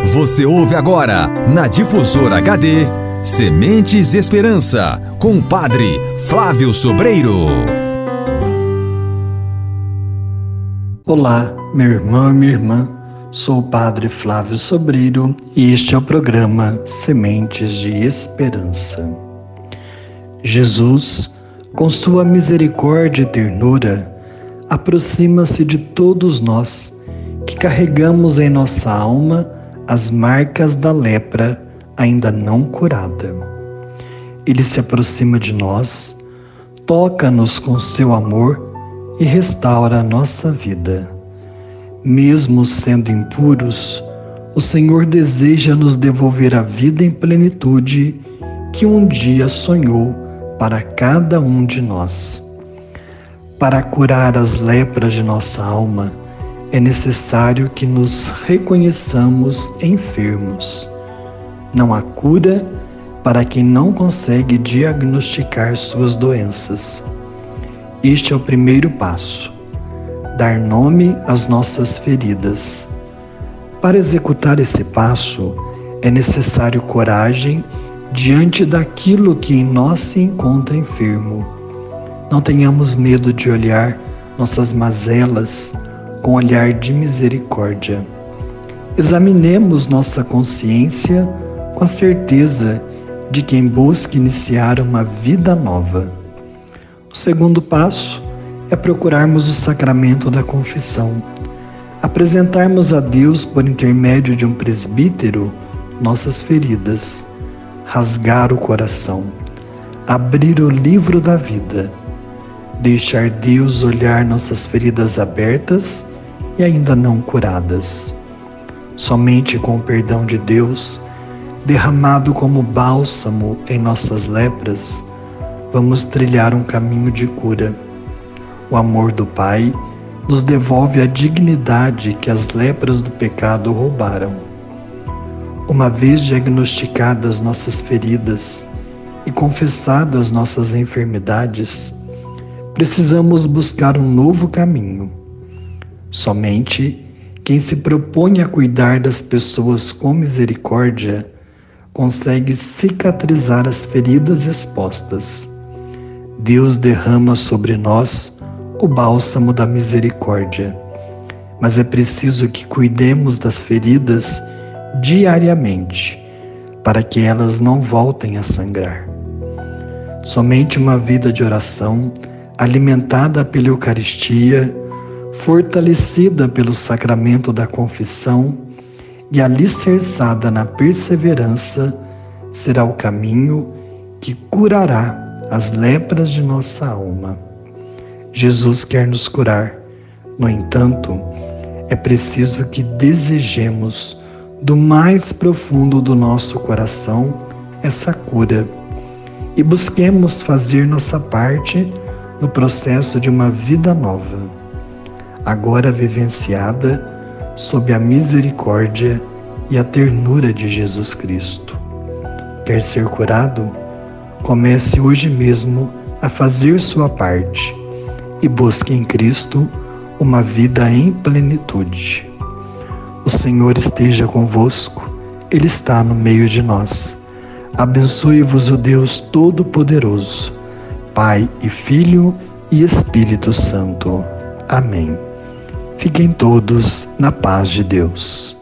Você ouve agora, na Difusora HD, Sementes Esperança, com o Padre Flávio Sobreiro. Olá, meu irmão e minha irmã, sou o Padre Flávio Sobreiro e este é o programa Sementes de Esperança. Jesus, com sua misericórdia e ternura, aproxima-se de todos nós que carregamos em nossa alma as marcas da lepra ainda não curada. Ele se aproxima de nós, toca-nos com seu amor e restaura a nossa vida. Mesmo sendo impuros, o Senhor deseja nos devolver a vida em plenitude que um dia sonhou para cada um de nós. Para curar as lepras de nossa alma, é necessário que nos reconheçamos enfermos. Não há cura para quem não consegue diagnosticar suas doenças. Este é o primeiro passo: dar nome às nossas feridas. Para executar esse passo, é necessário coragem diante daquilo que em nós se encontra enfermo. Não tenhamos medo de olhar nossas mazelas com olhar de misericórdia. Examinemos nossa consciência com a certeza de quem busca iniciar uma vida nova. O segundo passo é procurarmos o sacramento da confissão, apresentarmos a Deus por intermédio de um presbítero nossas feridas, rasgar o coração, abrir o livro da vida, deixar Deus olhar nossas feridas abertas e ainda não curadas. Somente com o perdão de Deus, derramado como bálsamo em nossas lepras, vamos trilhar um caminho de cura. O amor do Pai nos devolve a dignidade que as lepras do pecado roubaram. Uma vez diagnosticadas nossas feridas e confessadas nossas enfermidades, precisamos buscar um novo caminho. Somente quem se propõe a cuidar das pessoas com misericórdia consegue cicatrizar as feridas expostas. Deus derrama sobre nós o bálsamo da misericórdia, mas é preciso que cuidemos das feridas diariamente, para que elas não voltem a sangrar. Somente uma vida de oração, alimentada pela Eucaristia, fortalecida pelo sacramento da confissão e alicerçada na perseverança, será o caminho que curará as lepras de nossa alma. Jesus quer nos curar. No entanto, é preciso que desejemos do mais profundo do nosso coração essa cura e busquemos fazer nossa parte no processo de uma vida nova, agora vivenciada sob a misericórdia e a ternura de Jesus Cristo. Quer ser curado? Comece hoje mesmo a fazer sua parte e busque em Cristo uma vida em plenitude. O Senhor esteja convosco, Ele está no meio de nós. Abençoe-vos o Deus Todo-Poderoso, Pai e Filho e Espírito Santo. Amém. Fiquem todos na paz de Deus.